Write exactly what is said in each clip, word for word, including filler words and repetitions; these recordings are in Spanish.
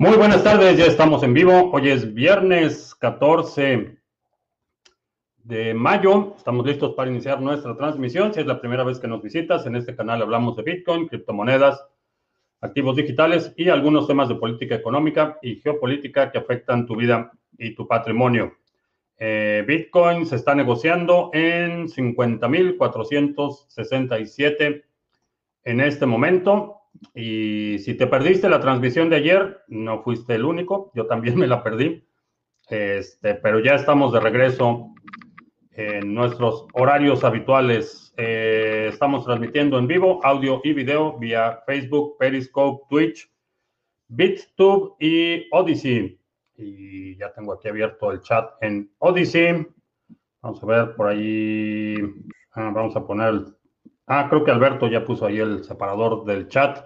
Muy buenas tardes, ya estamos en vivo. Hoy es viernes catorce de mayo. Estamos listos para iniciar nuestra transmisión. Si es la primera vez que nos visitas, en este canal hablamos de Bitcoin, criptomonedas, activos digitales y algunos temas de política económica y geopolítica que afectan tu vida y tu patrimonio. Eh, Bitcoin se está negociando en cincuenta mil cuatrocientos sesenta y siete en este momento. Y si te perdiste la transmisión de ayer, no fuiste el único, yo también me la perdí, este, pero ya estamos de regreso en nuestros horarios habituales. Eh, estamos transmitiendo en vivo, audio y video vía Facebook, Periscope, Twitch, BitTube y Odyssey. Y ya tengo aquí abierto el chat en Odyssey. Vamos a ver por ahí. Ah, vamos a poner. Ah, creo que Alberto ya puso ahí el separador del chat.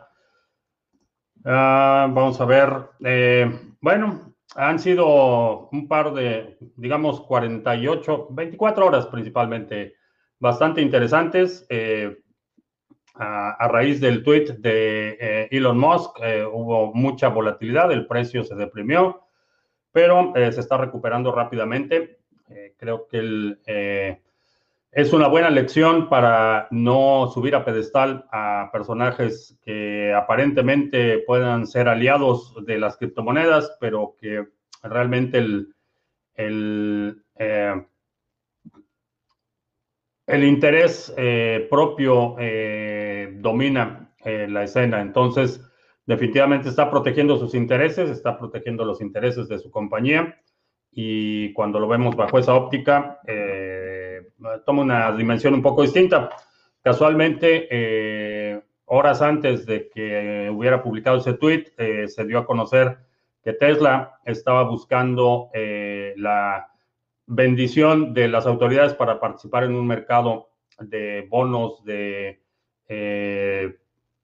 Uh, vamos a ver. Eh, bueno, han sido un par de, digamos, cuarenta y ocho, veinticuatro horas principalmente, bastante interesantes. Eh, a, a, raíz del tweet de eh, Elon Musk, eh, hubo mucha volatilidad, el precio se deprimió, pero eh, se está recuperando rápidamente. Eh, creo que el. Eh, Es una buena lección para no subir a pedestal a personajes que aparentemente puedan ser aliados de las criptomonedas, pero que realmente el, el, eh, el interés eh, propio eh, domina eh, la escena. Entonces, definitivamente está protegiendo sus intereses, está protegiendo los intereses de su compañía. Y cuando lo vemos bajo esa óptica, eh, toma una dimensión un poco distinta. Casualmente, eh, horas antes de que hubiera publicado ese tweet, eh, se dio a conocer que Tesla estaba buscando eh, la bendición de las autoridades para participar en un mercado de bonos de eh,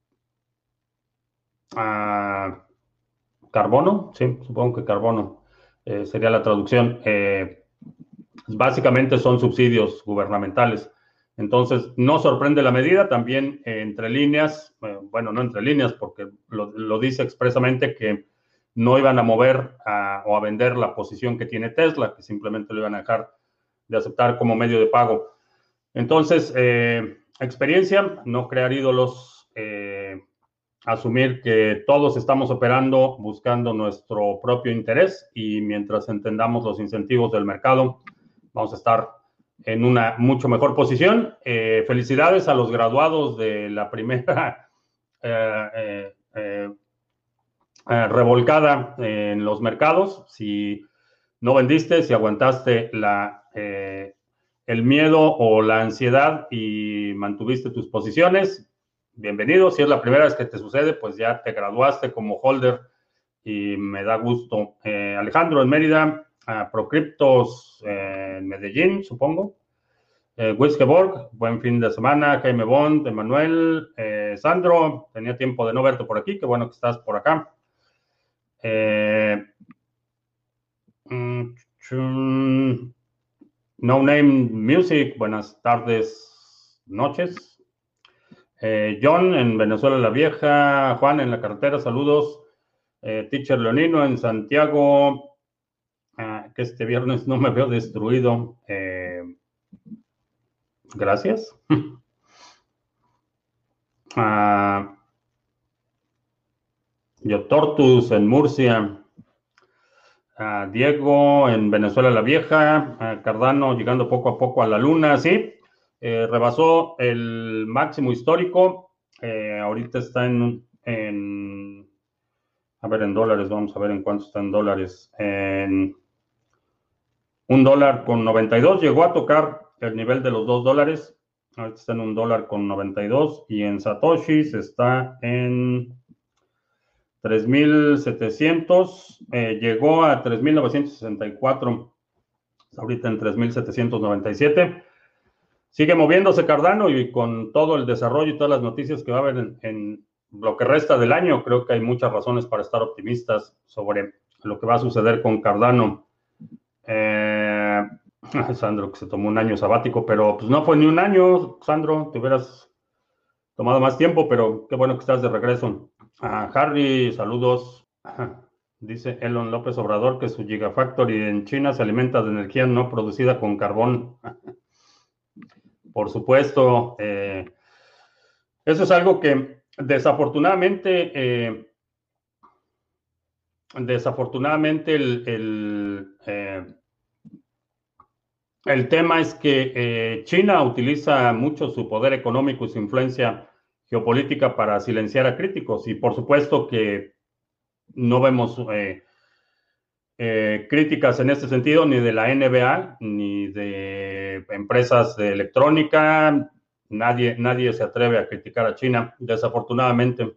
ah, carbono, sí, supongo que carbono eh, sería la traducción. Eh, básicamente son subsidios gubernamentales. Entonces, no sorprende la medida, también eh, entre líneas, eh, bueno, no entre líneas, porque lo, lo, dice expresamente que no iban a mover a, o a vender la posición que tiene Tesla, que simplemente lo iban a dejar de aceptar como medio de pago. Entonces, eh, experiencia, no crear ídolos, eh, asumir que todos estamos operando buscando nuestro propio interés y mientras entendamos los incentivos del mercado, vamos a estar en una mucho mejor posición. Eh, felicidades a los graduados de la primera eh, eh, eh, eh, revolcada en los mercados. Si no vendiste, si aguantaste la, eh, el miedo o la ansiedad y mantuviste tus posiciones, bienvenido. Si es la primera vez que te sucede, pues ya te graduaste como holder y me da gusto. Eh, Alejandro en Mérida, uh, Procryptos eh, en Medellín, supongo. Eh, Wiskeborg, buen fin de semana. Jaime Bond, Emanuel, eh, Sandro, tenía tiempo de no verte por aquí, qué bueno que estás por acá. Eh, No Name Music, buenas tardes, noches. Eh, John en Venezuela la Vieja, Juan en la carretera, saludos. Eh, Teacher Leonino en Santiago, eh, que este viernes no me veo destruido. Eh, gracias. uh, Yo Tortus en Murcia. Uh, Diego en Venezuela la Vieja, uh, Cardano llegando poco a poco a la luna, sí, eh, rebasó el máximo histórico, eh, ahorita está en, en, a ver, en dólares, vamos a ver en cuánto está en dólares, en un dólar con noventa y dos, llegó a tocar el nivel de los dos dólares, ahorita está en un dólar con noventa y dos y en satoshis está en tres mil setecientos, eh, llegó a tres mil novecientos sesenta y cuatro, ahorita en tres mil setecientos noventa y siete. Sigue moviéndose Cardano y con todo el desarrollo y todas las noticias que va a haber en, en lo que resta del año, creo que hay muchas razones para estar optimistas sobre lo que va a suceder con Cardano. Eh, Sandro, que se tomó un año sabático, pero pues no fue ni un año, Sandro, te hubieras tomado más tiempo, pero qué bueno que estás de regreso. A Harry, saludos. Dice Elon López Obrador que su Gigafactory en China se alimenta de energía no producida con carbón. Por supuesto, eh, eso es algo que desafortunadamente, eh, desafortunadamente el, el, eh, el tema es que eh, China utiliza mucho su poder económico y su influencia geopolítica para silenciar a críticos. Y por supuesto que no vemos eh, eh, críticas en este sentido ni de la N B A ni de empresas de electrónica. Nadie, nadie se atreve a criticar a China, desafortunadamente.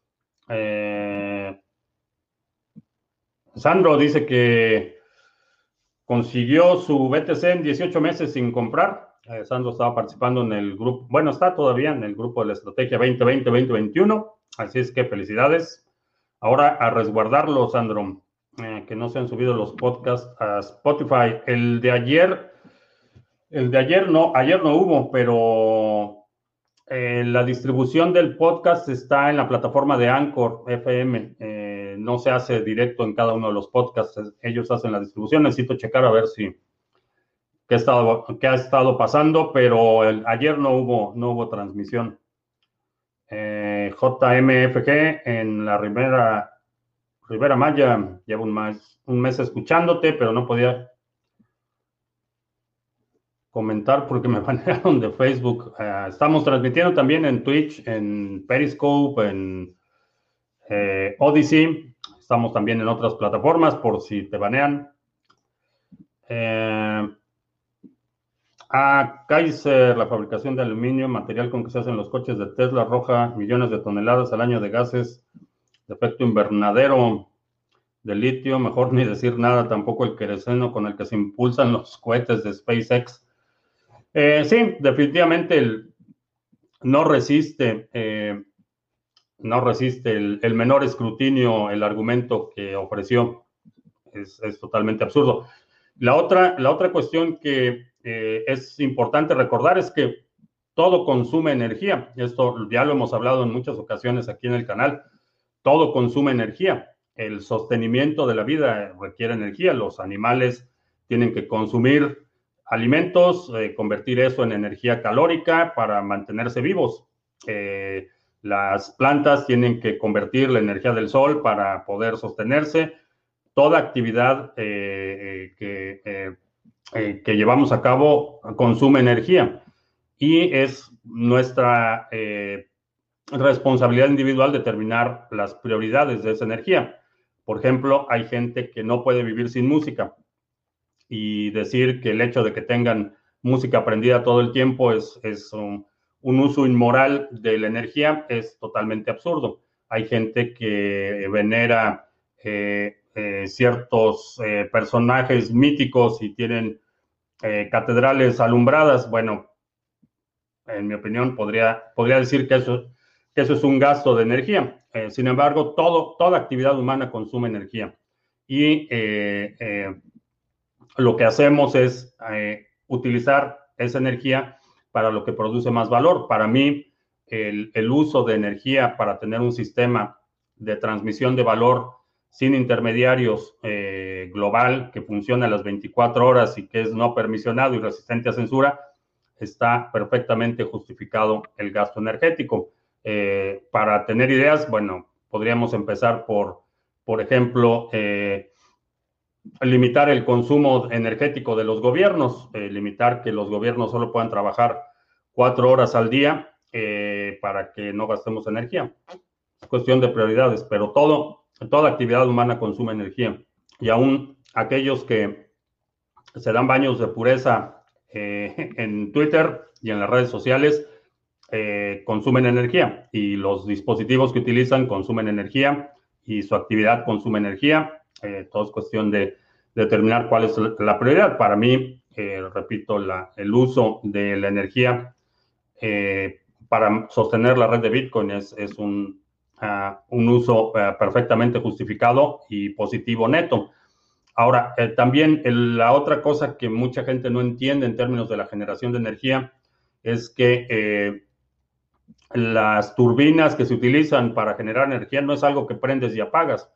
Eh, Sandro dice que consiguió su B T C en dieciocho meses sin comprar. Eh, Sandro estaba participando en el grupo, bueno, está todavía en el grupo de la estrategia veinte veinte veinte veintiuno. Así es que felicidades. Ahora a resguardarlo, Sandro, eh, que no se han subido los podcasts a Spotify. El de ayer, el de ayer no, ayer no hubo, pero eh, la distribución del podcast está en la plataforma de Anchor F M. Eh, no se hace directo en cada uno de los podcasts. Ellos hacen la distribución. Necesito checar a ver si qué, ha estado, qué ha estado pasando, pero el, ayer no hubo, no hubo transmisión. Eh, J M F G en la Ribera, Ribera Maya, llevo un mes, un mes escuchándote, pero no podía comentar porque me banearon de Facebook. Uh, estamos transmitiendo también en Twitch, en Periscope, en eh, Odyssey. Estamos también en otras plataformas por si te banean. Eh, a Kaiser, la fabricación de aluminio, material con que se hacen los coches de Tesla, arroja millones de toneladas al año de gases de efecto invernadero, de litio, mejor ni decir nada, tampoco el queroseno con el que se impulsan los cohetes de SpaceX. Eh, sí, definitivamente el, no resiste, eh, no resiste el, el, menor escrutinio el argumento que ofreció. Es, es totalmente absurdo. La otra, la otra cuestión que eh, es importante recordar es que todo consume energía. Esto ya lo hemos hablado en muchas ocasiones aquí en el canal. Todo consume energía. El sostenimiento de la vida requiere energía. Los animales tienen que consumir alimentos, eh, convertir eso en energía calórica para mantenerse vivos. Eh, las plantas tienen que convertir la energía del sol para poder sostenerse. Toda actividad eh, que, eh, eh, que llevamos a cabo consume energía y es nuestra eh, responsabilidad individual determinar las prioridades de esa energía. Por ejemplo, hay gente que no puede vivir sin música y decir que el hecho de que tengan música prendida todo el tiempo es, es un, un uso inmoral de la energía es totalmente absurdo. Hay gente que venera eh, eh, ciertos eh, personajes míticos y tienen eh, catedrales alumbradas. Bueno, en mi opinión, podría, podría decir que eso, que eso es un gasto de energía. Eh, sin embargo, todo, toda actividad humana consume energía. Y eh, eh, lo que hacemos es eh, utilizar esa energía para lo que produce más valor. Para mí, el, el uso de energía para tener un sistema de transmisión de valor sin intermediarios eh, global que funcione a las veinticuatro horas y que es no permisionado y resistente a censura, está perfectamente justificado el gasto energético. Eh, para tener ideas, bueno, podríamos empezar por, por ejemplo, eh, limitar el consumo energético de los gobiernos, eh, limitar que los gobiernos solo puedan trabajar cuatro horas al día eh, para que no gastemos energía. Es cuestión de prioridades, pero todo, toda actividad humana consume energía. Y aún aquellos que se dan baños de pureza eh, en Twitter y en las redes sociales eh, consumen energía y los dispositivos que utilizan consumen energía y su actividad consume energía. Eh, todo es cuestión de determinar cuál es la prioridad. Para mí, eh, repito, la, el uso de la energía eh, para sostener la red de Bitcoin es, es un, uh, un uso uh, perfectamente justificado y positivo neto. Ahora, eh, también el, la otra cosa que mucha gente no entiende en términos de la generación de energía es que eh, las turbinas que se utilizan para generar energía no es algo que prendes y apagas.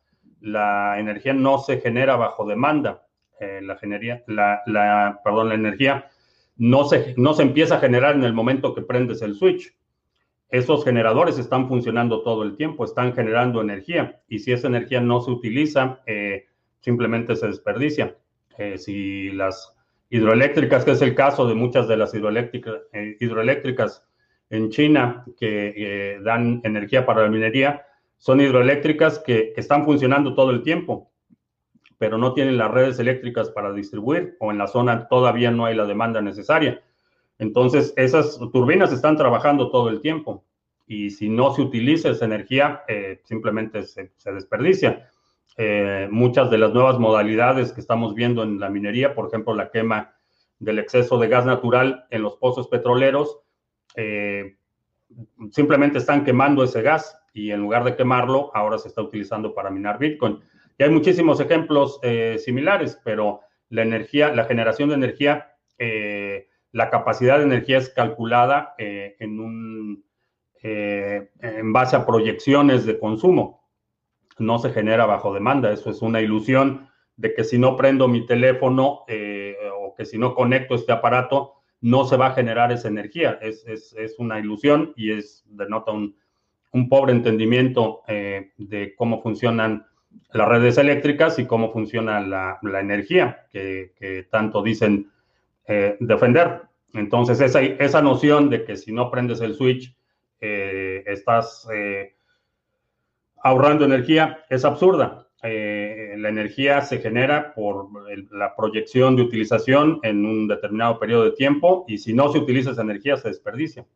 la energía no se genera bajo demanda. Eh, la, genería, la, la, perdón, la energía no se, no se empieza a generar en el momento que prendes el switch. Esos generadores están funcionando todo el tiempo, están generando energía y si esa energía no se utiliza, eh, simplemente se desperdicia. Eh, si las hidroeléctricas, que es el caso de muchas de las hidroeléctricas, eh, hidroeléctricas en China que eh, dan energía para la minería, son hidroeléctricas que, que están funcionando todo el tiempo, pero no tienen las redes eléctricas para distribuir o en la zona todavía no hay la demanda necesaria. Entonces, esas turbinas están trabajando todo el tiempo y si no se utiliza esa energía, eh, simplemente se, se desperdicia. Eh, muchas de las nuevas modalidades que estamos viendo en la minería, por ejemplo, la quema del exceso de gas natural en los pozos petroleros, eh, simplemente están quemando ese gas y en lugar de quemarlo, ahora se está utilizando para minar Bitcoin. Y hay muchísimos ejemplos eh, similares, pero la energía, la generación de energía, eh, la capacidad de energía es calculada eh, en, un, eh, en base a proyecciones de consumo. No se genera bajo demanda. Eso es una ilusión de que si no prendo mi teléfono eh, o que si no conecto este aparato, no se va a generar esa energía. Es, es, es una ilusión y es, denota un, un pobre entendimiento eh, de cómo funcionan las redes eléctricas y cómo funciona la, la energía que, que tanto dicen eh, defender. Entonces, esa, esa noción de que si no prendes el switch, eh, estás eh, ahorrando energía es absurda. Eh, la energía se genera por el, la proyección de utilización en un determinado periodo de tiempo y si no se utiliza esa energía se desperdicia.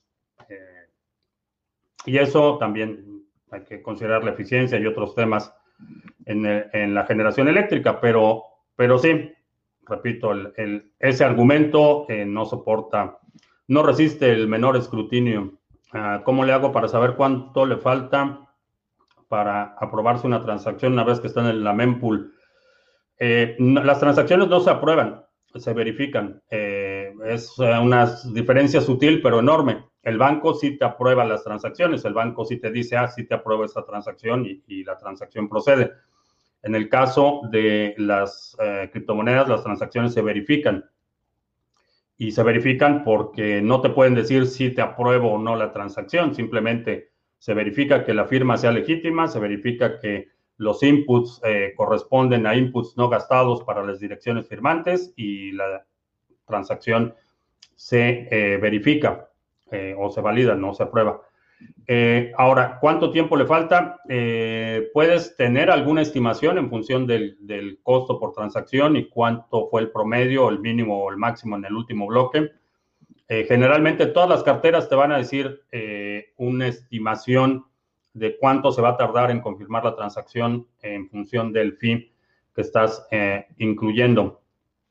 Eh, y eso también hay que considerar la eficiencia y otros temas en, el, en la generación eléctrica, pero, pero sí, repito, el, el, ese argumento eh, no soporta, no resiste el menor escrutinio. Uh, ¿Cómo le hago para saber cuánto le falta para aprobarse una transacción una vez que está en la mempool? Eh, no, las transacciones no se aprueban, se verifican. Eh, es una diferencia sutil pero enorme. El banco sí te aprueba las transacciones, el banco sí te dice, ah, sí te aprueba esa transacción y, y la transacción procede. En el caso de las eh, criptomonedas, las transacciones se verifican. Y se verifican porque no te pueden decir si te apruebo o no la transacción. Simplemente se verifica que la firma sea legítima, se verifica que los inputs eh, corresponden a inputs no gastados para las direcciones firmantes y la transacción se eh, verifica eh, o se valida, no se aprueba. Eh, ahora, ¿cuánto tiempo le falta? Eh, puedes tener alguna estimación en función del, del, costo por transacción y cuánto fue el promedio, el mínimo o el máximo en el último bloque. Eh, generalmente todas las carteras te van a decir eh, una estimación de cuánto se va a tardar en confirmar la transacción en función del fee que estás eh, incluyendo.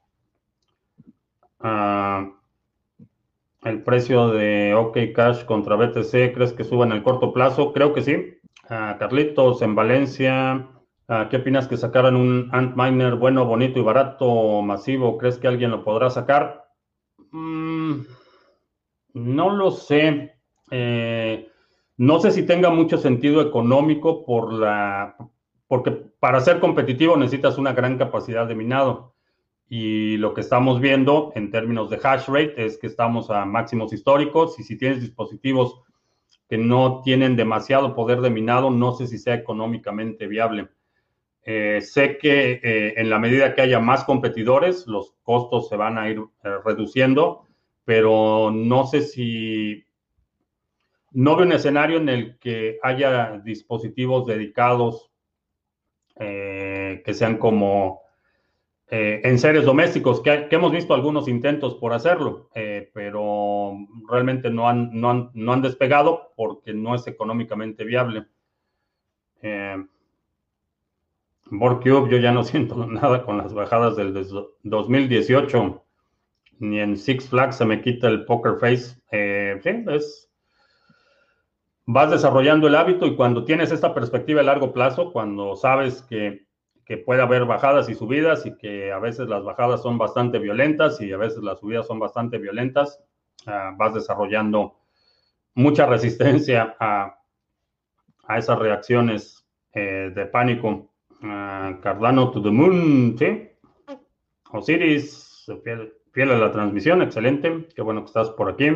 Uh, El precio de OKCash contra B T C, ¿crees que suba en el corto plazo? Creo que sí. Uh, Carlitos, en Valencia, uh, ¿qué opinas que sacaran un Antminer bueno, bonito y barato, masivo? ¿Crees que alguien lo podrá sacar? Mm, no lo sé. Eh, no sé si tenga mucho sentido económico por la, porque para ser competitivo necesitas una gran capacidad de minado. Y lo que estamos viendo en términos de hash rate es que estamos a máximos históricos y si tienes dispositivos que no tienen demasiado poder de minado, no sé si sea económicamente viable. Eh, sé que eh, en la medida que haya más competidores, los costos se van a ir eh, reduciendo, pero no sé si... No veo un escenario en el que haya dispositivos dedicados eh, que sean como... Eh, en seres domésticos, que, que, hemos visto algunos intentos por hacerlo, eh, pero realmente no han, no, han, no han despegado porque no es económicamente viable. Eh, Borcube, yo ya no siento nada con las bajadas del dos mil dieciocho, ni en Six Flags se me quita el poker face. Eh, sí, es... Vas desarrollando el hábito y cuando tienes esta perspectiva a largo plazo, cuando sabes que que puede haber bajadas y subidas y que a veces las bajadas son bastante violentas y a veces las subidas son bastante violentas, uh, vas desarrollando mucha resistencia a, a esas reacciones eh, de pánico. Uh, Cardano to the moon, sí. Osiris, fiel, fiel a la transmisión, excelente. Qué bueno que estás por aquí.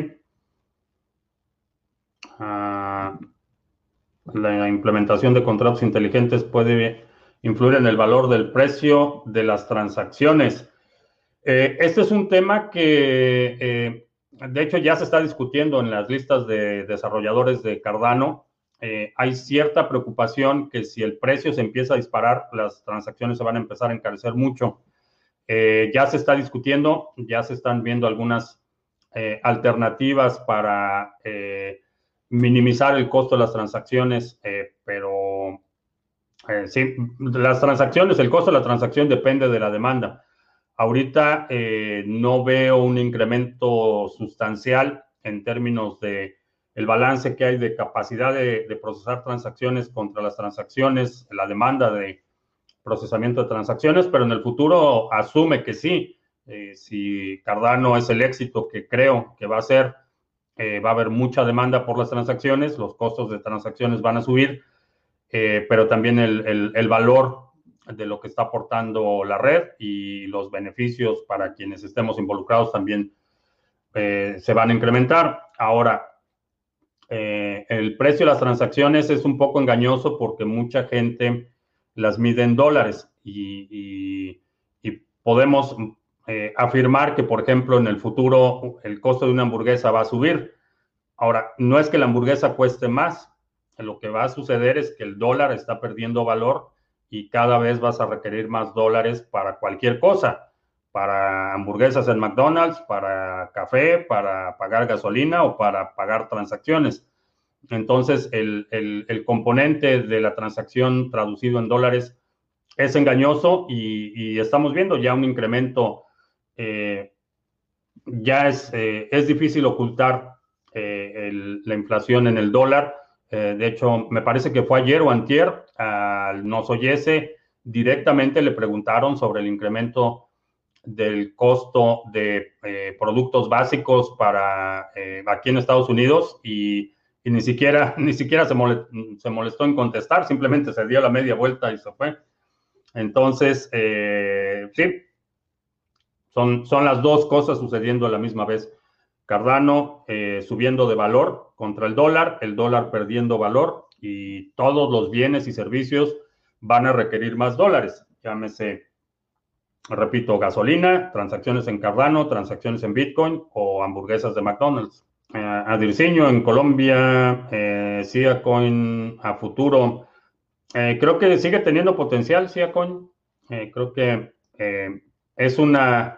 Uh, la implementación de contratos inteligentes puede influir en el valor del precio de las transacciones. Eh, este es un tema que, eh, de hecho, ya se está discutiendo en las listas de desarrolladores de Cardano. Eh, hay cierta preocupación que si el precio se empieza a disparar, las transacciones se van a empezar a encarecer mucho. Eh, ya se está discutiendo, ya se están viendo algunas eh, alternativas para eh, minimizar el costo de las transacciones, eh, pero eh, sí, las transacciones, el costo de la transacción depende de la demanda. Ahorita eh, no veo un incremento sustancial en términos de el balance que hay de capacidad de, de procesar transacciones contra las transacciones, la demanda de procesamiento de transacciones, pero en el futuro asume que sí. Eh, si Cardano es el éxito que creo que va a ser, eh, va a haber mucha demanda por las transacciones, los costos de transacciones van a subir, eh, pero también el, el, el valor de lo que está aportando la red y los beneficios para quienes estemos involucrados también eh, se van a incrementar. Ahora, eh, el precio de las transacciones es un poco engañoso porque mucha gente las mide en dólares y, y, y podemos eh, afirmar que, por ejemplo, en el futuro el costo de una hamburguesa va a subir. Ahora, no es que la hamburguesa cueste más, lo que va a suceder es que el dólar está perdiendo valor y cada vez vas a requerir más dólares para cualquier cosa, para hamburguesas en McDonald's, para café, para pagar gasolina o para pagar transacciones. Entonces, el, el, el componente de la transacción traducido en dólares es engañoso y, y estamos viendo ya un incremento. Eh, ya es, eh, es difícil ocultar eh, el, la inflación en el dólar. Eh, de hecho, me parece que fue ayer o antier, al Nosoyese directamente le preguntaron sobre el incremento del costo de eh, productos básicos para eh, aquí en Estados Unidos y, y ni siquiera, ni siquiera se, molest, se molestó en contestar, simplemente se dio la media vuelta y se fue. Entonces, eh, sí, son, son las dos cosas sucediendo a la misma vez. Cardano eh, subiendo de valor contra el dólar, el dólar perdiendo valor y todos los bienes y servicios van a requerir más dólares. Llámese, repito, gasolina, transacciones en Cardano, transacciones en Bitcoin o hamburguesas de McDonald's. Eh, Adirciño en Colombia, eh, Siacoin a futuro. Eh, creo que sigue teniendo potencial Siacoin. Eh, creo que eh, es una...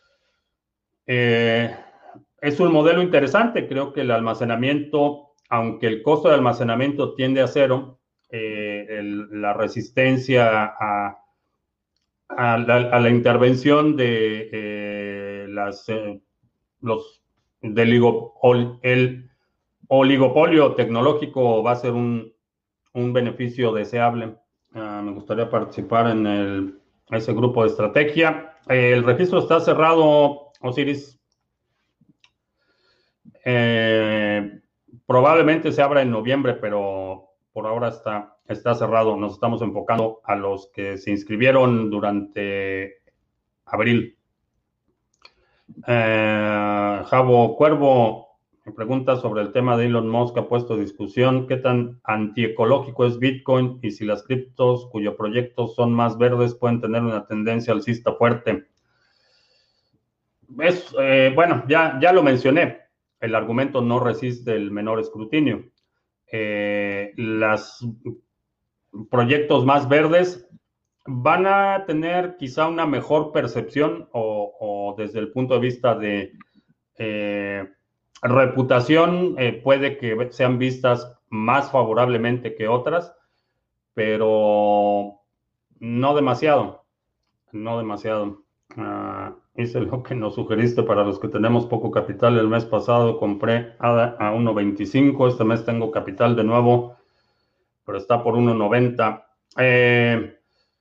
Eh, es un modelo interesante. Creo que el almacenamiento, aunque el costo de almacenamiento tiende a cero, eh, el, la resistencia a, a, la, a, la, intervención de eh, las, eh, los, del oligopol, el oligopolio tecnológico va a ser un, un beneficio deseable. Uh, me gustaría participar en el, ese grupo de estrategia. Eh, el registro está cerrado, Osiris. Eh, probablemente se abra en noviembre, pero por ahora está, está cerrado. Nos estamos enfocando a los que se inscribieron durante abril. Eh, Javo Cuervo me pregunta sobre el tema de Elon Musk, ha puesto discusión qué tan antiecológico es Bitcoin y si las criptos cuyos proyectos son más verdes pueden tener una tendencia alcista fuerte. Es, eh, bueno, ya, ya lo mencioné. El argumento no resiste el menor escrutinio. Eh, los proyectos más verdes van a tener quizá una mejor percepción o, o desde el punto de vista de eh, reputación, eh, puede que sean vistas más favorablemente que otras, pero no demasiado, no demasiado. Uh, hice lo que nos sugeriste para los que tenemos poco capital. El mes pasado compré a, a uno veinticinco. Este mes tengo capital de nuevo, pero está por uno noventa. Eh,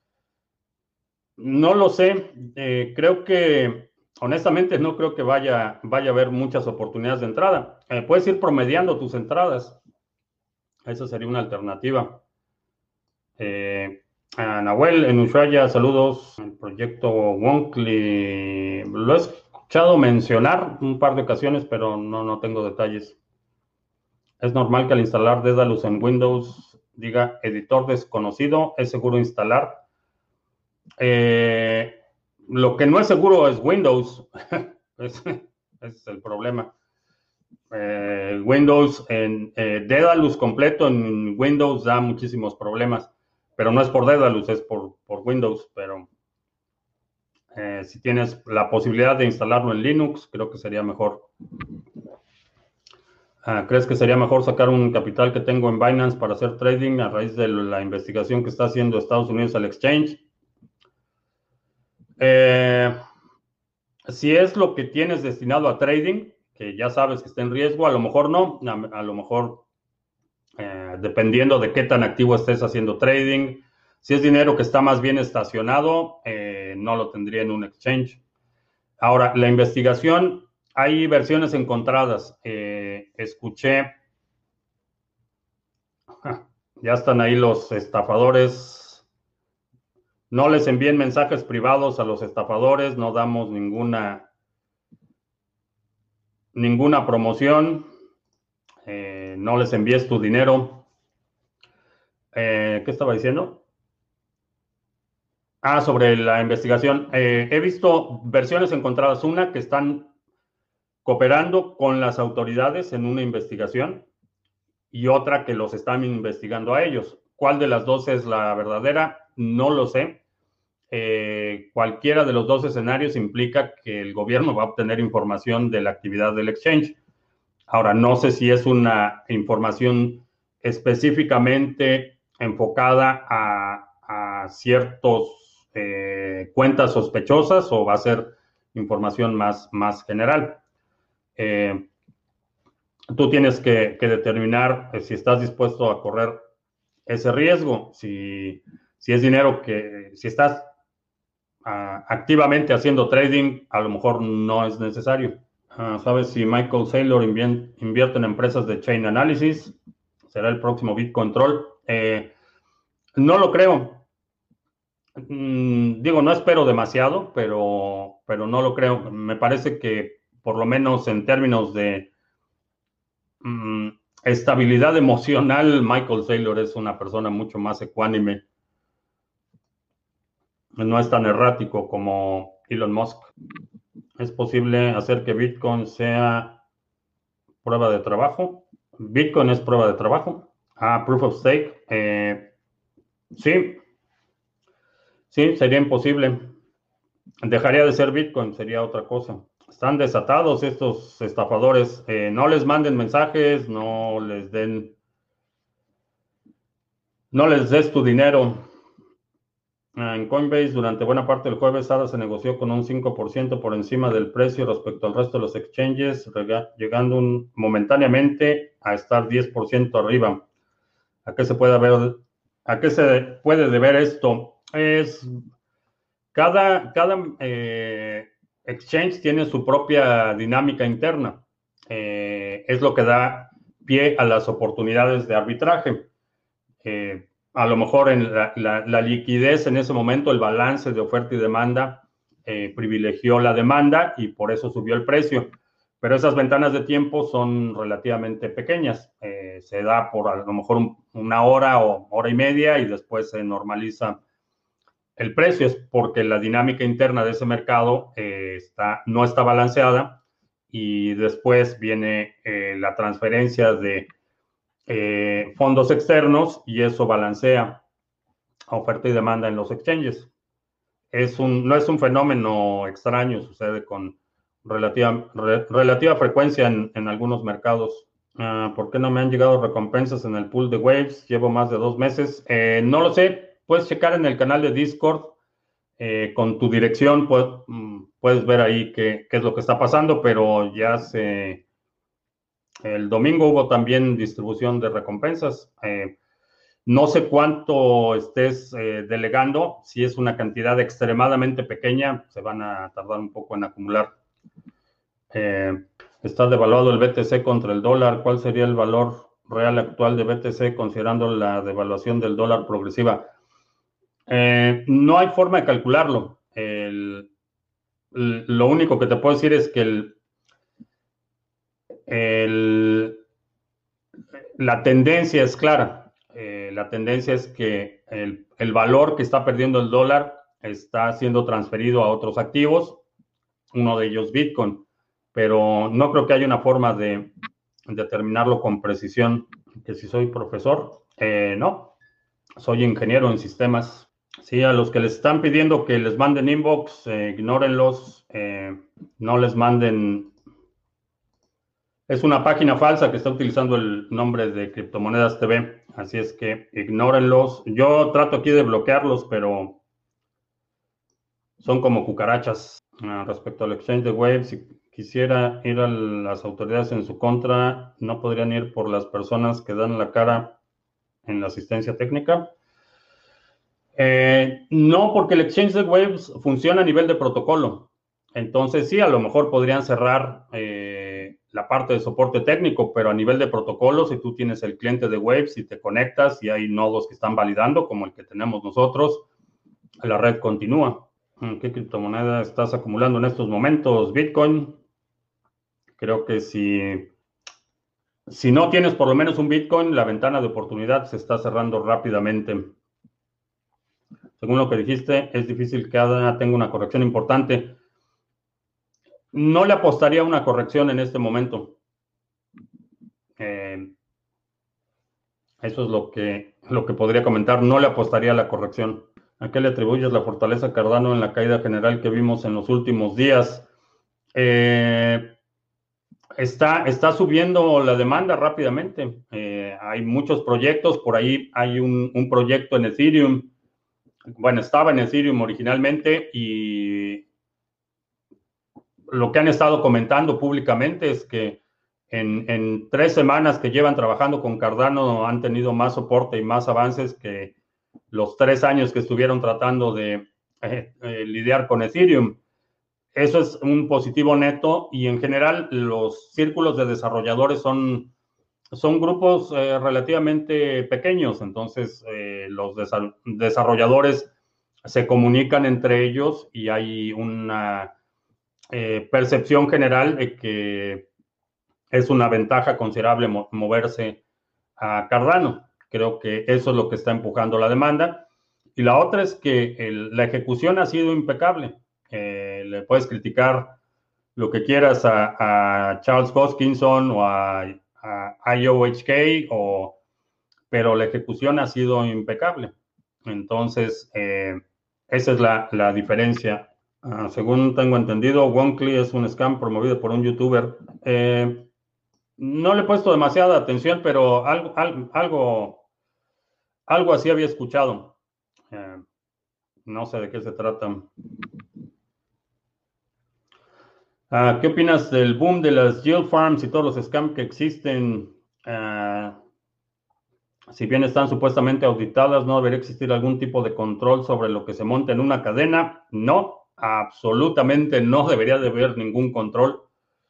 no lo sé. Eh, creo que, honestamente, no creo que vaya, vaya a haber muchas oportunidades de entrada. Eh, puedes ir promediando tus entradas. Esa sería una alternativa. Eh, A Nahuel en Ushuaia, saludos. El proyecto Wonkly lo he escuchado mencionar un par de ocasiones, pero no, no tengo detalles. Es normal que al instalar Dedalus en Windows diga editor desconocido, es seguro instalar. Eh, lo que no es seguro es Windows, es, ese es el problema. Eh, Windows en eh, Dedalus completo en Windows da muchísimos problemas, pero no es por Dedalus, es por, por Windows. Pero eh, si tienes la posibilidad de instalarlo en Linux, creo que sería mejor. Ah, ¿crees que sería mejor sacar un capital que tengo en Binance para hacer trading a raíz de la investigación que está haciendo Estados Unidos al exchange? Eh, si es lo que tienes destinado a trading, que ya sabes que está en riesgo, a lo mejor no, a, a lo mejor eh, dependiendo de qué tan activo estés haciendo trading. Si es dinero que está más bien estacionado, eh, no lo tendría en un exchange. Ahora, la investigación, hay versiones encontradas. Eh, escuché, ya están ahí los estafadores. No les envíen mensajes privados a los estafadores, no damos ninguna, ninguna promoción, eh, no les envíes tu dinero. Eh, ¿qué estaba diciendo? Ah, sobre la investigación. Eh, he visto versiones encontradas, una que están cooperando con las autoridades en una investigación y otra que los están investigando a ellos. ¿Cuál de las dos es la verdadera? No lo sé. Eh, cualquiera de los dos escenarios implica que el gobierno va a obtener información de la actividad del exchange. Ahora, no sé si es una información específicamente enfocada a, a ciertos eh, cuentas sospechosas o va a ser información más, más general. Eh, tú tienes que, que determinar eh, si estás dispuesto a correr ese riesgo, si, si es dinero que, si estás uh, activamente haciendo trading, a lo mejor no es necesario. Uh, ¿Sabes si Michael Saylor invierte en empresas de Chain Analysis? ¿Será el próximo BitControl? Eh, no lo creo. Mm, digo, no espero demasiado, pero, pero no lo creo. Me parece que por lo menos en términos de mm, estabilidad emocional, Michael Saylor es una persona mucho más ecuánime. No es tan errático como Elon Musk. ¿Es posible hacer que Bitcoin sea prueba de trabajo? Bitcoin es prueba de trabajo. Ah, proof of stake. Eh, sí, sí, sería imposible. Dejaría de ser Bitcoin, sería otra cosa. Están desatados estos estafadores. Eh, no les manden mensajes, no les den, no les des tu dinero. En Coinbase, durante buena parte del jueves, A D A se negoció con un cinco por ciento por encima del precio respecto al resto de los exchanges, llegando un, momentáneamente a estar diez por ciento arriba. ¿A qué se puede ver, a qué se puede deber esto? Es cada, cada eh, exchange tiene su propia dinámica interna. Eh, es lo que da pie a las oportunidades de arbitraje. Eh, a lo mejor en la, la, la, liquidez en ese momento, el balance de oferta y demanda eh, privilegió la demanda y por eso subió el precio. Pero esas ventanas de tiempo son relativamente pequeñas. Eh, se da por a lo mejor un, una hora o hora y media y después se normaliza el precio. Es porque la dinámica interna de ese mercado eh, está, no está balanceada y después viene eh, la transferencia de Eh, fondos externos y eso balancea oferta y demanda en los exchanges. Es un, no es un fenómeno extraño, sucede con relativa, re, relativa frecuencia en, en algunos mercados. Uh, ¿Por qué no me han llegado recompensas en el pool de Waves? Llevo más de dos meses. Eh, no lo sé, puedes checar en el canal de Discord eh, con tu dirección, pues, puedes ver ahí qué, qué es lo que está pasando, pero ya se... El domingo hubo también distribución de recompensas. Eh, no sé cuánto estés eh, delegando. Si es una cantidad extremadamente pequeña, se van a tardar un poco en acumular. Eh, está devaluado el B T C contra el dólar. ¿Cuál sería el valor real actual de B T C considerando la devaluación del dólar progresiva? Eh, no hay forma de calcularlo. El, el, lo único que te puedo decir es que el, el, la tendencia es clara. Eh, la tendencia es que el, el valor que está perdiendo el dólar está siendo transferido a otros activos, uno de ellos Bitcoin, pero no creo que haya una forma de determinarlo con precisión. Que si soy profesor, eh, no, soy ingeniero en sistemas. Sí, a los que les están pidiendo que les manden inbox, eh, ignórenlos, eh, no les manden. Es una página falsa que está utilizando el nombre de Criptomonedas T V, así es que ignórenlos. Yo trato aquí de bloquearlos, pero son como cucarachas. Ah, respecto al exchange de Wave, si quisiera ir a las autoridades en su contra, no podrían ir por las personas que dan la cara en la asistencia técnica. Eh, no, porque el exchange de Waves funciona a nivel de protocolo. Entonces, sí, a lo mejor podrían cerrar eh, la parte de soporte técnico, pero a nivel de protocolo, si tú tienes el cliente de Waves y te conectas y hay nodos que están validando, como el que tenemos nosotros, la red continúa. ¿Qué criptomoneda estás acumulando en estos momentos? Bitcoin. Creo que si, si no tienes por lo menos un Bitcoin, la ventana de oportunidad se está cerrando rápidamente. Según lo que dijiste, es difícil que ADA tenga una corrección importante. No le apostaría a una corrección en este momento. Eh, eso es lo que, lo que podría comentar. No le apostaría a la corrección. ¿A qué le atribuyes la fortaleza Cardano en la caída general que vimos en los últimos días? Eh, está, está subiendo la demanda rápidamente. Eh, hay muchos proyectos. Por ahí hay un, un proyecto en Ethereum. Bueno, estaba en Ethereum originalmente y lo que han estado comentando públicamente es que en, en, tres semanas que llevan trabajando con Cardano han tenido más soporte y más avances que los tres años que estuvieron tratando de eh, eh, lidiar con Ethereum. Eso es un positivo neto y en general los círculos de desarrolladores son, son grupos eh, relativamente pequeños, entonces eh, los desa desarrolladores se comunican entre ellos y hay una eh, percepción general de que es una ventaja considerable mo moverse a Cardano. Creo que eso es lo que está empujando la demanda. Y la otra es que el, la ejecución ha sido impecable. Eh, le puedes criticar lo que quieras a, a Charles Hoskinson o a, a I O H K, o, pero la ejecución ha sido impecable. Entonces, eh, esa es la, la diferencia. Uh, según tengo entendido, Wonkly es un scam promovido por un youtuber. Eh, no le he puesto demasiada atención, pero algo, algo, algo, algo así había escuchado. Eh, no sé de qué se trata. Uh, ¿Qué opinas del boom de las yield farms y todos los scams que existen? Uh, si bien están supuestamente auditadas, ¿no debería existir algún tipo de control sobre lo que se monta en una cadena? No, absolutamente no debería de haber ningún control,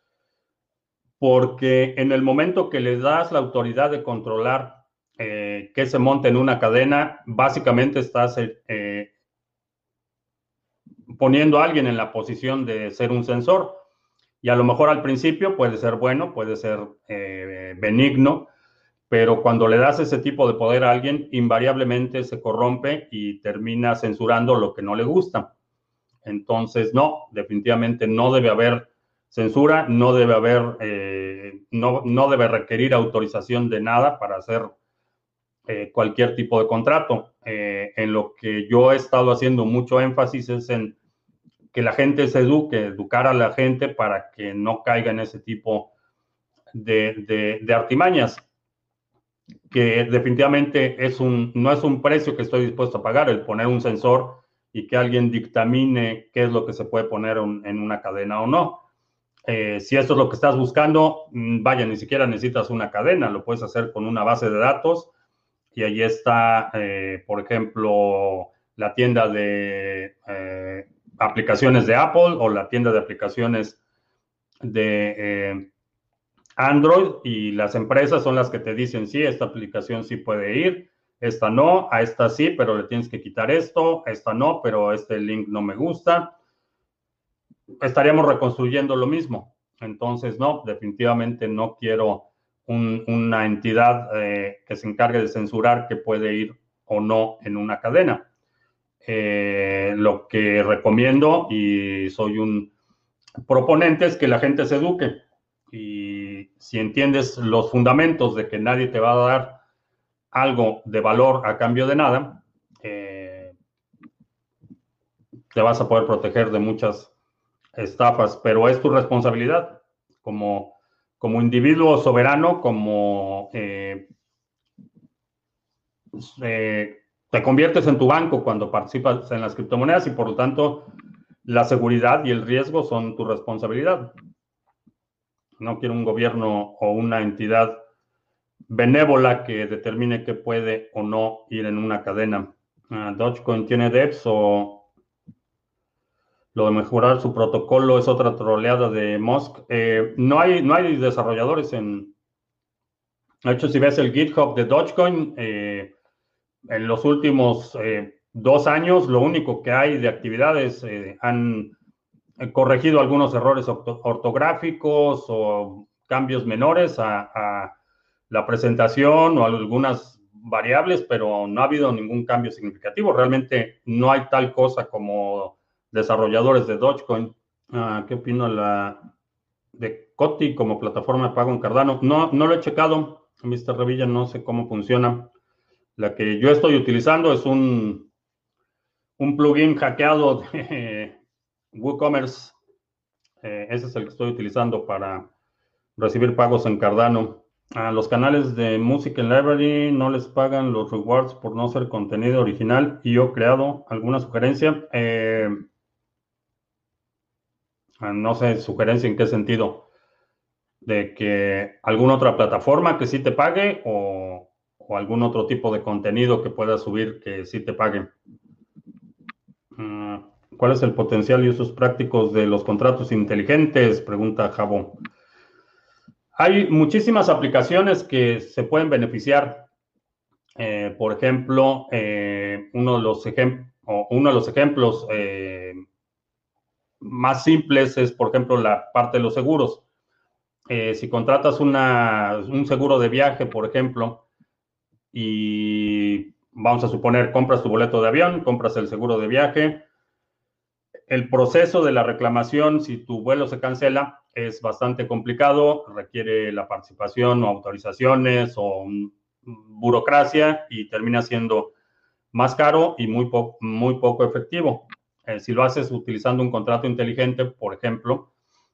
porque en el momento que le das la autoridad de controlar eh, qué se monta en una cadena, básicamente estás eh, poniendo a alguien en la posición de ser un censor. Y a lo mejor al principio puede ser bueno, puede ser eh, benigno, pero cuando le das ese tipo de poder a alguien, invariablemente se corrompe y termina censurando lo que no le gusta. Entonces, no, definitivamente no debe haber censura, no debe haber, eh, no, no debe requerir autorización de nada para hacer eh, cualquier tipo de contrato. Eh, en lo que yo he estado haciendo mucho énfasis es en que la gente se eduque, educar a la gente para que no caiga en ese tipo de, de, de artimañas, que definitivamente es un, no es un precio que estoy dispuesto a pagar, el poner un sensor y que alguien dictamine qué es lo que se puede poner un, en una cadena o no. Eh, si esto es lo que estás buscando, vaya, ni siquiera necesitas una cadena, lo puedes hacer con una base de datos y ahí está, eh, por ejemplo, la tienda de eh, aplicaciones de Apple o la tienda de aplicaciones de eh, Android, y las empresas son las que te dicen, sí, esta aplicación sí puede ir, esta no, a esta sí, pero le tienes que quitar esto, a esta no, pero este link no me gusta. Estaríamos reconstruyendo lo mismo. Entonces, no, definitivamente no quiero un, una entidad eh, que se encargue de censurar que puede ir o no en una cadena. Eh, lo que recomiendo, y soy un proponente, es que la gente se eduque. Y si entiendes los fundamentos de que nadie te va a dar algo de valor a cambio de nada, eh, te vas a poder proteger de muchas estafas, pero es tu responsabilidad como, como individuo soberano, como eh, eh, te conviertes en tu banco cuando participas en las criptomonedas y por lo tanto la seguridad y el riesgo son tu responsabilidad. No quiero un gobierno o una entidad benévola que determine qué puede o no ir en una cadena. Uh, Dogecoin tiene devs o lo de mejorar su protocolo es otra troleada de Musk. Eh, no hay, no hay desarrolladores en... De hecho, si ves el GitHub de Dogecoin, eh, en los últimos eh, dos años, lo único que hay de actividades eh, han corregido algunos errores ortográficos o cambios menores a, a la presentación o algunas variables, pero no ha habido ningún cambio significativo. Realmente no hay tal cosa como desarrolladores de Dogecoin. Uh, ¿Qué opino la de Coti como plataforma de pago en Cardano? No, no lo he checado, mister Revilla, no sé cómo funciona. La que yo estoy utilizando es un, un plugin hackeado de WooCommerce. Eh, ese es el que estoy utilizando para recibir pagos en Cardano. A los canales de Music and Library no les pagan los rewards por no ser contenido original y yo creado. ¿Alguna sugerencia? Eh, no sé, sugerencia en qué sentido. ¿De que alguna otra plataforma que sí te pague o, o algún otro tipo de contenido que puedas subir que sí te pague? Uh, ¿Cuál es el potencial y usos prácticos de los contratos inteligentes? Pregunta Jabo. Hay muchísimas aplicaciones que se pueden beneficiar. Eh, por ejemplo, eh, uno, de los ejem uno de los ejemplos eh, más simples es, por ejemplo, la parte de los seguros. Eh, si contratas una, un seguro de viaje, por ejemplo, y vamos a suponer, compras tu boleto de avión, compras el seguro de viaje, el proceso de la reclamación, si tu vuelo se cancela, es bastante complicado, requiere la participación o autorizaciones o um, burocracia y termina siendo más caro y muy, po muy poco efectivo. Eh, si lo haces utilizando un contrato inteligente, por ejemplo,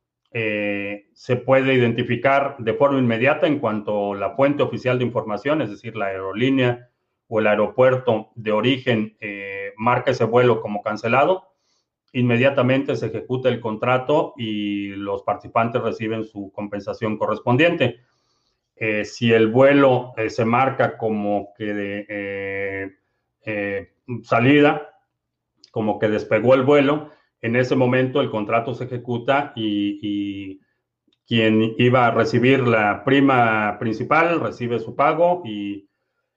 eh, se puede identificar de forma inmediata en cuanto la fuente oficial de información, es decir, la aerolínea o el aeropuerto de origen, eh, marca ese vuelo como cancelado. Inmediatamente se ejecuta el contrato y los participantes reciben su compensación correspondiente. Eh, si el vuelo eh, se marca como que de eh, eh, salida, como que despegó el vuelo, en ese momento el contrato se ejecuta y, y quien iba a recibir la prima principal recibe su pago y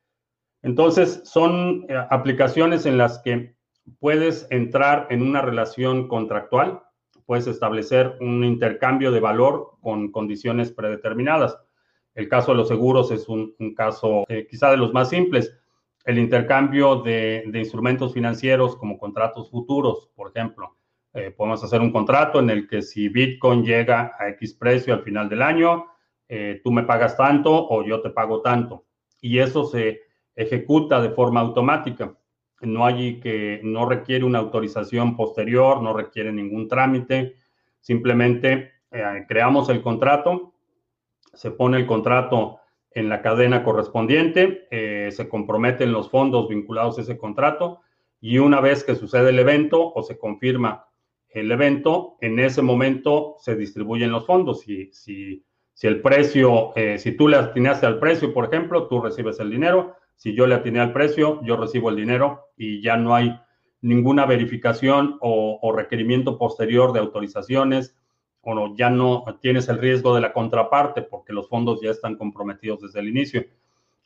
entonces son eh, aplicaciones en las que puedes entrar en una relación contractual, puedes establecer un intercambio de valor con condiciones predeterminadas. El caso de los seguros es un, un caso eh, quizá de los más simples. El intercambio de, de, instrumentos financieros como contratos futuros, por ejemplo. Eh, podemos hacer un contrato en el que si Bitcoin llega a X precio al final del año, eh, tú me pagas tanto o yo te pago tanto. Y eso se ejecuta de forma automática. No hay que, no requiere una autorización posterior, no requiere ningún trámite. Simplemente eh, creamos el contrato, se pone el contrato en la cadena correspondiente, eh, se comprometen los fondos vinculados a ese contrato y una vez que sucede el evento o se confirma el evento, en ese momento se distribuyen los fondos. Si, si, si el precio, eh, si tú le atinaste al precio, por ejemplo, tú recibes el dinero. Si yo le atiné al precio, yo recibo el dinero y ya no hay ninguna verificación o, o requerimiento posterior de autorizaciones o no, ya no tienes el riesgo de la contraparte porque los fondos ya están comprometidos desde el inicio.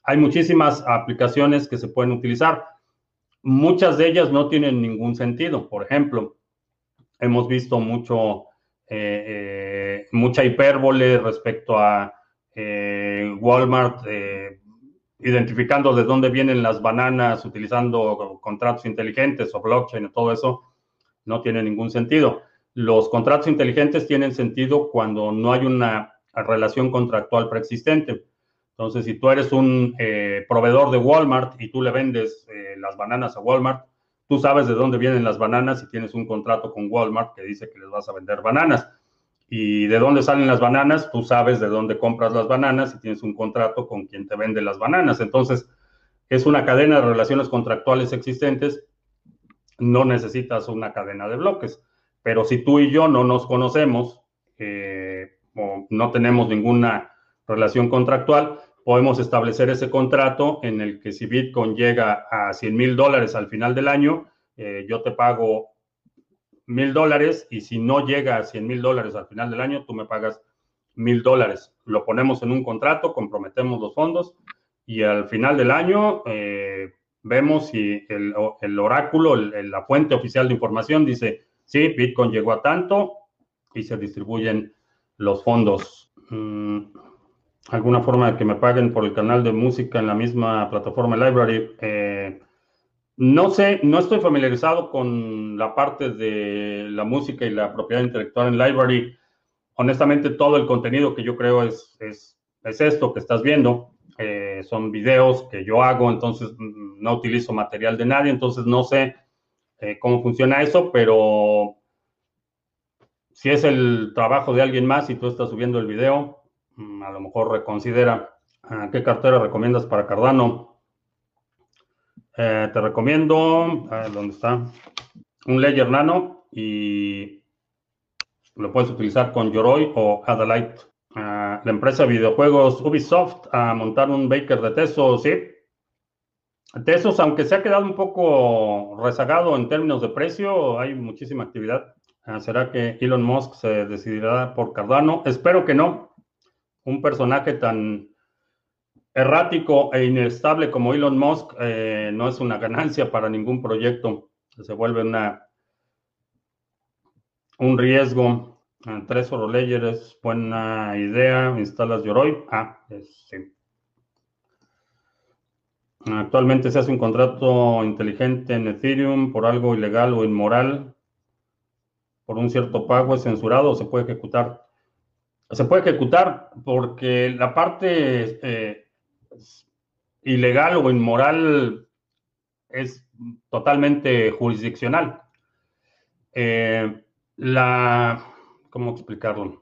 hay muchísimas aplicaciones que se pueden utilizar. Muchas de ellas no tienen ningún sentido. Por ejemplo, hemos visto mucho, eh, eh, mucha hipérbole respecto a eh, Walmart eh, identificando de dónde vienen las bananas utilizando contratos inteligentes o blockchain y todo eso. No tiene ningún sentido. Los contratos inteligentes tienen sentido cuando no hay una relación contractual preexistente. Entonces, si tú eres un eh, proveedor de Walmart y tú le vendes eh, las bananas a Walmart, tú sabes de dónde vienen las bananas y tienes un contrato con Walmart que dice que les vas a vender bananas. Y de dónde salen las bananas, tú sabes de dónde compras las bananas y tienes un contrato con quien te vende las bananas. Entonces, es una cadena de relaciones contractuales existentes. No necesitas una cadena de bloques. Pero si tú y yo no nos conocemos eh, o no tenemos ninguna relación contractual, podemos establecer ese contrato en el que si Bitcoin llega a cien mil dólares al final del año, eh, yo te pago mil dólares y si no llega a cien mil dólares al final del año, tú me pagas mil dólares. Lo ponemos en un contrato, comprometemos los fondos y al final del año eh, vemos si el, el oráculo, el, la fuente oficial de información dice, sí, Bitcoin llegó a tanto y se distribuyen los fondos. Mm, ¿Alguna forma de que me paguen por el canal de música en la misma plataforma Library? Eh, no sé, no estoy familiarizado con la parte de la música y la propiedad intelectual en Library. Honestamente, todo el contenido que yo creo es, es, es esto que estás viendo. Eh, son videos que yo hago, entonces no utilizo material de nadie, entonces no sé eh, cómo funciona eso, pero si es el trabajo de alguien más y tú estás subiendo el video, a lo mejor reconsidera. ¿Qué cartera recomiendas para Cardano? Eh, te recomiendo, eh, ¿dónde está? Un Ledger Nano y lo puedes utilizar con Yoroi o Adalite. Uh, la empresa de videojuegos Ubisoft a montar un Baker de Tesos, sí. Tesos, aunque se ha quedado un poco rezagado en términos de precio, hay muchísima actividad. Uh, ¿Será que Elon Musk se decidirá por Cardano? Espero que no. Un personaje tan errático e inestable como Elon Musk eh, no es una ganancia para ningún proyecto. Se vuelve una, un riesgo. Uh, tres Oro Ledger es buena idea. ¿Instalas Yoroi? Ah, es, sí. Actualmente se hace un contrato inteligente en Ethereum por algo ilegal o inmoral, por un cierto pago, es censurado o se puede ejecutar. Se puede ejecutar porque la parte eh, ilegal o inmoral es totalmente jurisdiccional. Eh, la, ¿cómo explicarlo?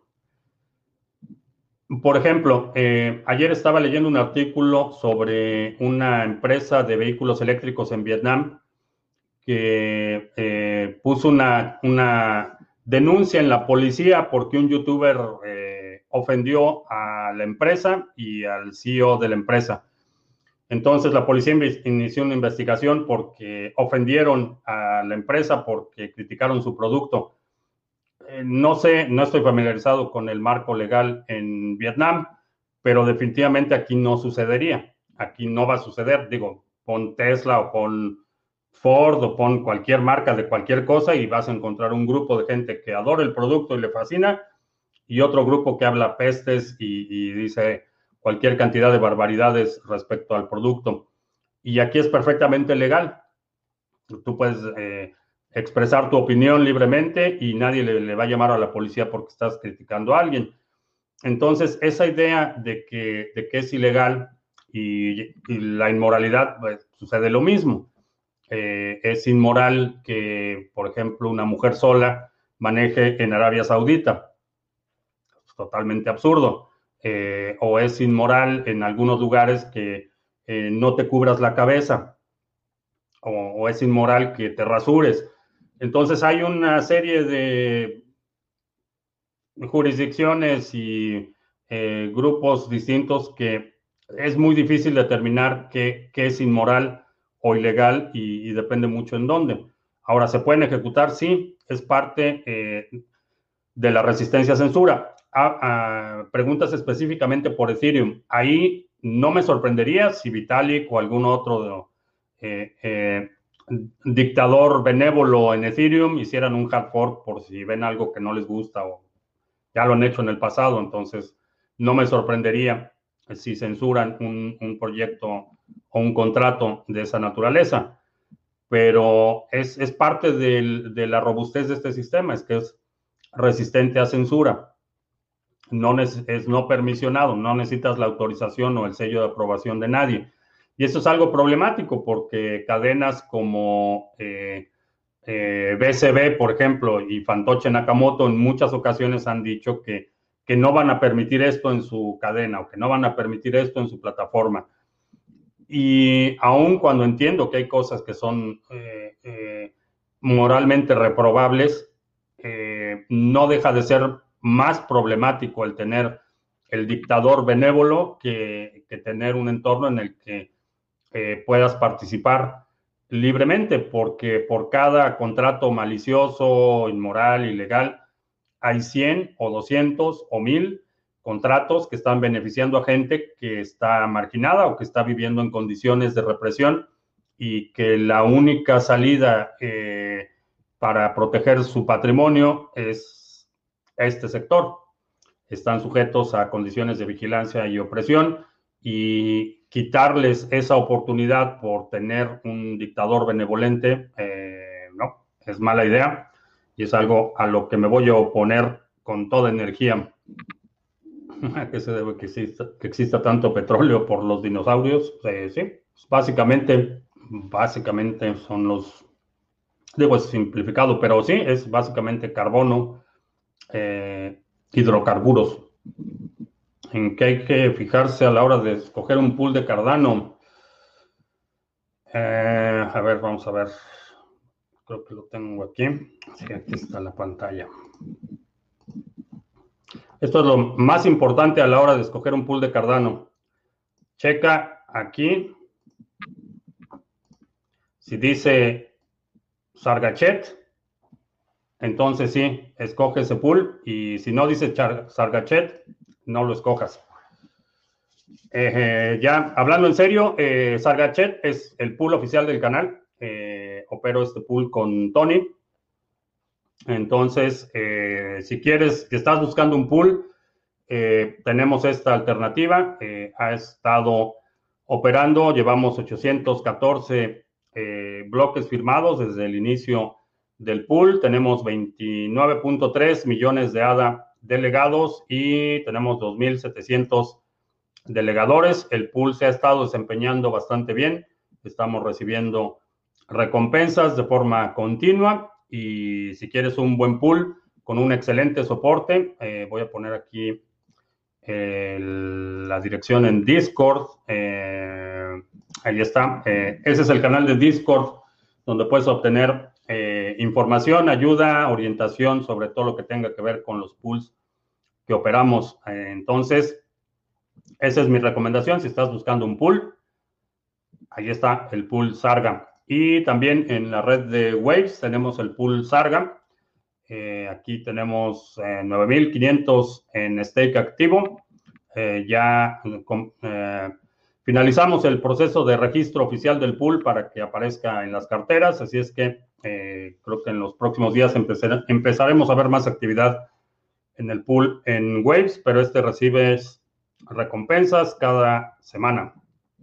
Por ejemplo, eh, ayer estaba leyendo un artículo sobre una empresa de vehículos eléctricos en Vietnam que eh, puso una, una, denuncia en la policía porque un youtuber eh, ofendió a la empresa y al C E O de la empresa. Entonces la policía inició una investigación porque ofendieron a la empresa porque criticaron su producto. Eh, no sé, no estoy familiarizado con el marco legal en Vietnam, pero definitivamente aquí no sucedería. Aquí no va a suceder. Digo, pon Tesla o pon Ford o pon cualquier marca de cualquier cosa y vas a encontrar un grupo de gente que adora el producto y le fascina y otro grupo que habla pestes y, y dice cualquier cantidad de barbaridades respecto al producto. Y aquí es perfectamente legal. Tú puedes eh, expresar tu opinión libremente y nadie le, le va a llamar a la policía porque estás criticando a alguien. Entonces, esa idea de que, de que es ilegal y, y la inmoralidad, pues, sucede lo mismo. Eh, es inmoral que, por ejemplo, una mujer sola maneje en Arabia Saudita. Es totalmente absurdo. Eh, o es inmoral en algunos lugares que eh, no te cubras la cabeza. O, o es inmoral que te rasures. Entonces hay una serie de jurisdicciones y eh, grupos distintos que es muy difícil determinar qué, qué es inmoral o ilegal y, y, depende mucho en dónde. Ahora, ¿se pueden ejecutar? Sí, es parte eh, de la resistencia a censura. A, a preguntas específicamente por Ethereum. Ahí no me sorprendería si Vitalik o algún otro eh, eh, dictador benévolo en Ethereum hicieran un hard fork por si ven algo que no les gusta o ya lo han hecho en el pasado. Entonces, no me sorprendería si censuran un, un proyecto o un contrato de esa naturaleza. Pero es, es parte del, de la robustez de este sistema, es que es resistente a censura. No es no permisionado, no necesitas la autorización o el sello de aprobación de nadie. Y eso es algo problemático porque cadenas como eh, eh, B C B, por ejemplo, y Fantoche Nakamoto en muchas ocasiones han dicho que, que no van a permitir esto en su cadena o que no van a permitir esto en su plataforma. Y aun cuando entiendo que hay cosas que son eh, eh, moralmente reprobables, eh, no deja de ser más problemático el tener el dictador benévolo que, que tener un entorno en el que eh, puedas participar libremente, porque por cada contrato malicioso, inmoral, ilegal, hay cien o doscientos o mil contratos que están beneficiando a gente que está marginada o que está viviendo en condiciones de represión y que la única salida eh, para proteger su patrimonio es este sector. Están sujetos a condiciones de vigilancia y opresión y quitarles esa oportunidad por tener un dictador benevolente, eh, no, es mala idea y es algo a lo que me voy a oponer con toda energía. ¿A qué se debe que exista, que exista tanto petróleo por los dinosaurios? Eh, sí, básicamente, básicamente son los, digo, es simplificado, pero sí, es básicamente carbono, eh, hidrocarburos. ¿En qué hay que fijarse a la hora de escoger un pool de Cardano? Eh, a ver, vamos a ver. Creo que lo tengo aquí. Sí, aquí está la pantalla. Esto es lo más importante a la hora de escoger un pool de Cardano. Checa aquí. Si dice Sargachet, entonces sí, escoge ese pool. Y si no dice Sargachet, no lo escojas. Eh, ya hablando en serio, eh, Sargachet es el pool oficial del canal. Eh, opero este pool con Tony. Entonces, eh, si quieres, que estás buscando un pool, eh, tenemos esta alternativa. Eh, ha estado operando, llevamos ochocientos catorce eh, bloques firmados desde el inicio del pool. Tenemos veintinueve punto tres millones de A D A delegados y tenemos dos mil setecientos delegadores. El pool se ha estado desempeñando bastante bien. Estamos recibiendo recompensas de forma continua y si quieres un buen pool con un excelente soporte, eh, voy a poner aquí el, la dirección en Discord. Eh, ahí está. Eh, ese es el canal de Discord donde puedes obtener eh, información, ayuda, orientación sobre todo lo que tenga que ver con los pools que operamos. Eh, entonces, esa es mi recomendación si estás buscando un pool. Ahí está el pool Sarga. Y también en la red de Waves tenemos el pool Sarga. Eh, aquí tenemos eh, nueve mil quinientos en stake activo. Eh, ya con, eh, finalizamos el proceso de registro oficial del pool para que aparezca en las carteras. Así es que eh, creo que en los próximos días empezar, empezaremos a ver más actividad en el pool en Waves, pero este recibe recompensas cada semana.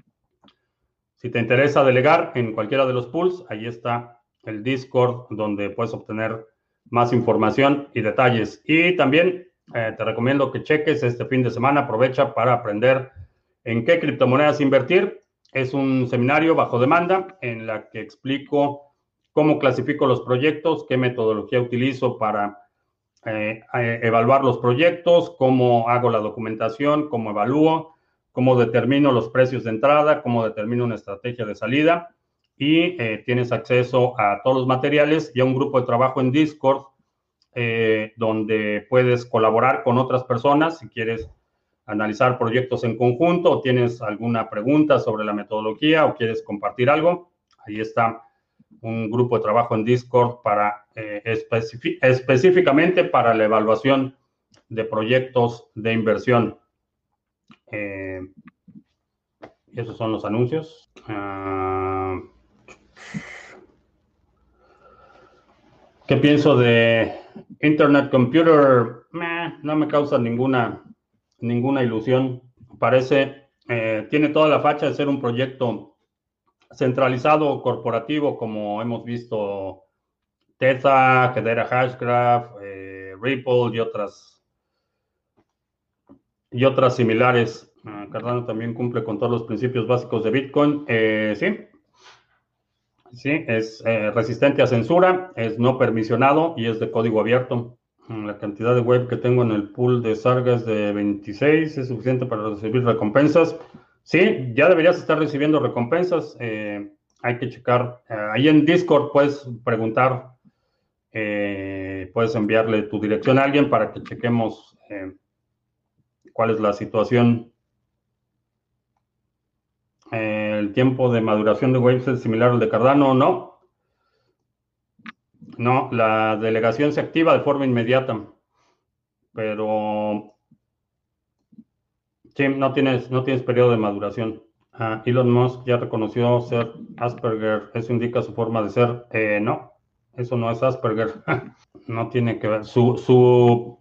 Si te interesa delegar en cualquiera de los pools, ahí está el Discord donde puedes obtener más información y detalles. Y también eh, te recomiendo que cheques este fin de semana, aprovecha para aprender en qué criptomonedas invertir. Es un seminario bajo demanda en la que explico cómo clasifico los proyectos, qué metodología utilizo para eh, eh, evaluar los proyectos, cómo hago la documentación, cómo evalúo, cómo determino los precios de entrada, cómo determino una estrategia de salida y eh, tienes acceso a todos los materiales y a un grupo de trabajo en Discord eh, donde puedes colaborar con otras personas si quieres analizar proyectos en conjunto o tienes alguna pregunta sobre la metodología o quieres compartir algo. Ahí está un grupo de trabajo en Discord para eh, especific- específicamente para la evaluación de proyectos de inversión. Eh, esos son los anuncios. Uh, ¿Qué pienso de Internet Computer? Meh, no me causa ninguna, ninguna ilusión. Parece, eh, tiene toda la facha de ser un proyecto centralizado, corporativo, como hemos visto Tether, Hedera Hashgraph, eh, Ripple y otras, y otras similares. Uh, Cardano también cumple con todos los principios básicos de Bitcoin. Eh, sí, sí, es eh, resistente a censura, es no permisionado y es de código abierto. La cantidad de web que tengo en el pool de Sarga es de veintiséis, es suficiente para recibir recompensas. Sí, ya deberías estar recibiendo recompensas. Eh, hay que checar. Eh, ahí en Discord puedes preguntar, eh, puedes enviarle tu dirección a alguien para que chequemos eh, cuál es la situación. Eh, el tiempo de maduración de Waves es similar al de Cardano, no. No, la delegación se activa de forma inmediata, pero sí, no tienes, no tienes periodo de maduración. Uh, Elon Musk ya reconoció ser Asperger. ¿Eso indica su forma de ser? Eh, no, eso no es Asperger. No tiene que ver. Su, su,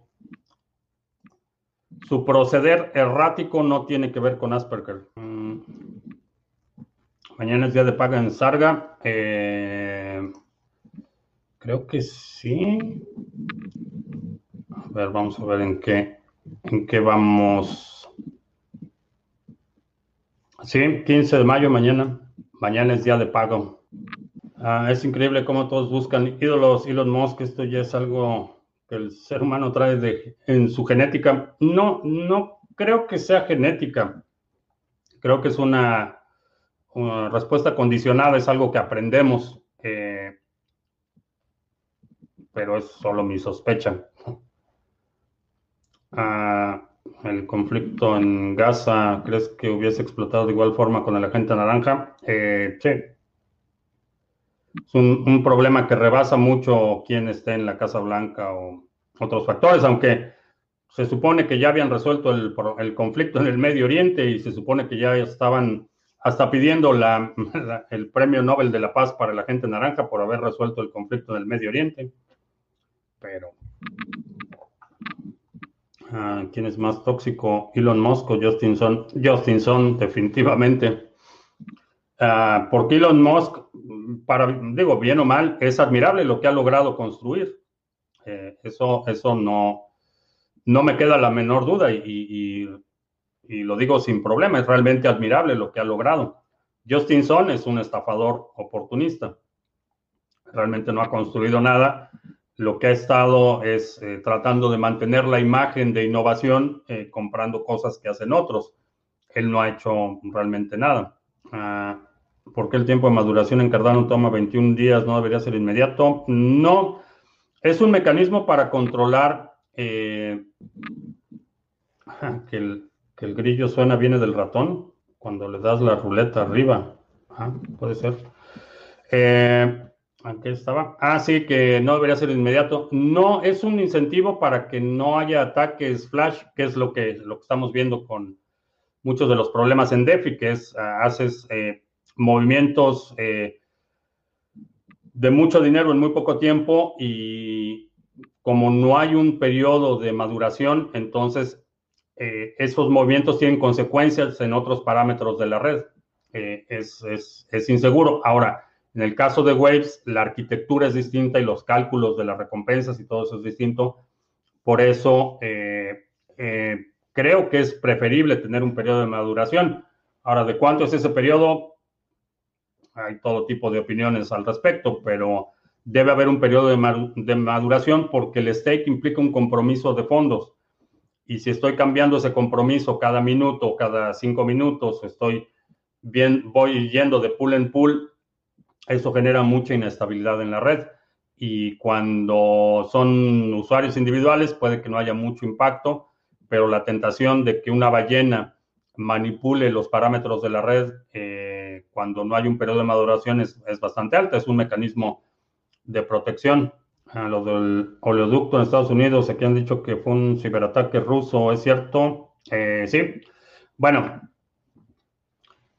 su proceder errático no tiene que ver con Asperger. Mm. Mañana es día de paga en Sarga. Eh, creo que sí. A ver, vamos a ver en qué, en qué vamos. Sí, quince de mayo mañana. Mañana es día de pago. Uh, es increíble cómo todos buscan ídolos. Elon Musk, esto ya es algo que el ser humano trae de, en su genética. No, no creo que sea genética. Creo que es una, una respuesta condicionada, es algo que aprendemos, eh, pero es solo mi sospecha. Uh, el conflicto en Gaza, ¿crees que hubiese explotado de igual forma con el agente naranja? Eh, sí. Es un, un, problema que rebasa mucho quién esté en la Casa Blanca o otros factores, aunque se supone que ya habían resuelto el, el conflicto en el Medio Oriente y se supone que ya estaban hasta pidiendo la, la, el premio Nobel de la Paz para la gente naranja por haber resuelto el conflicto en el Medio Oriente. Pero, uh, ¿quién es más tóxico? ¿Elon Musk o Justin Sun? Justin Sun, definitivamente. Uh, porque Elon Musk, para, digo, bien o mal, es admirable lo que ha logrado construir. Eh, eso, eso no, no me queda la menor duda y, y, y, lo digo sin problema, es realmente admirable lo que ha logrado. Justin Sun es un estafador oportunista. Realmente no ha construido nada. Lo que ha estado es eh, tratando de mantener la imagen de innovación eh, comprando cosas que hacen otros. Él no ha hecho realmente nada. Uh, ¿Por qué el tiempo de maduración en Cardano toma veintiún días? ¿No debería ser inmediato? No. Es un mecanismo para controlar eh, que, el, que el grillo suena viene del ratón cuando le das la ruleta arriba. Ah, puede ser. Eh, ¿Aquí estaba? Ah, sí, que no debería ser inmediato. No, es un incentivo para que no haya ataques flash, que es lo que, lo que estamos viendo con muchos de los problemas en DeFi, que es, uh, haces eh, movimientos eh, de mucho dinero en muy poco tiempo y como no hay un periodo de maduración, entonces eh, esos movimientos tienen consecuencias en otros parámetros de la red. Eh, es, es, es inseguro. Ahora, en el caso de Waves, la arquitectura es distinta y los cálculos de las recompensas y todo eso es distinto. Por eso, eh, eh, creo que es preferible tener un periodo de maduración. Ahora, ¿de cuánto es ese periodo? Hay todo tipo de opiniones al respecto, pero debe haber un periodo de, de maduración porque el stake implica un compromiso de fondos. Y si estoy cambiando ese compromiso cada minuto, cada cinco minutos, estoy bien, voy yendo de pool en pool, eso genera mucha inestabilidad en la red. Y cuando son usuarios individuales, puede que no haya mucho impacto, pero la tentación de que una ballena manipule los parámetros de la red eh, cuando no hay un periodo de maduración es, es bastante alta. Es un mecanismo de protección. A lo del oleoducto en Estados Unidos, aquí han dicho que fue un ciberataque ruso, ¿es cierto? Eh, sí. Bueno,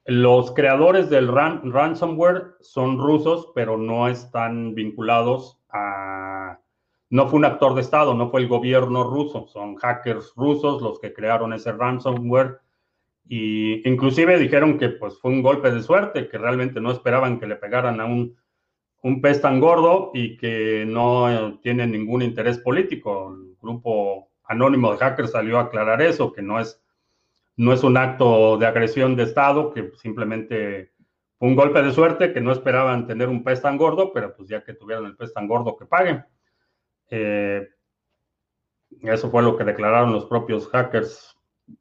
Los creadores del ran ransomware son rusos, pero no están vinculados a... No fue un actor de Estado, no fue el gobierno ruso, son hackers rusos los que crearon ese ransomware y inclusive dijeron que pues fue un golpe de suerte, que realmente no esperaban que le pegaran a un, un pez tan gordo y que no eh, tienen ningún interés político. El grupo anónimo de hackers salió a aclarar eso, que no es no es un acto de agresión de Estado, que simplemente fue un golpe de suerte, que no esperaban tener un pez tan gordo, pero pues ya que tuvieron el pez tan gordo, que paguen. Eh, eso fue lo que declararon los propios hackers.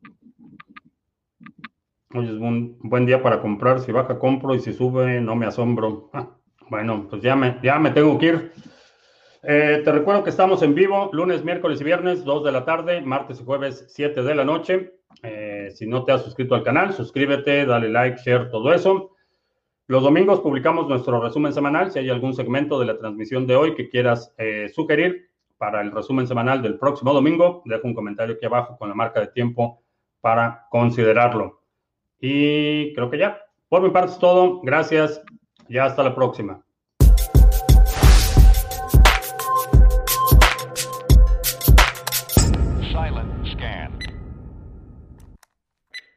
Hoy es un buen día para comprar. Si baja, compro y si sube, no me asombro. Ah, bueno, pues ya me, ya me tengo que ir. Eh, te recuerdo que estamos en vivo lunes, miércoles y viernes, dos de la tarde, martes y jueves, siete de la noche. Eh, si no te has suscrito al canal, suscríbete, dale like, share, todo eso. Los domingos publicamos nuestro resumen semanal. Si hay algún segmento de la transmisión de hoy que quieras eh, sugerir para el resumen semanal del próximo domingo, deja un comentario aquí abajo con la marca de tiempo para considerarlo. Y creo que ya. Por mi parte es todo. Gracias. Ya hasta la próxima.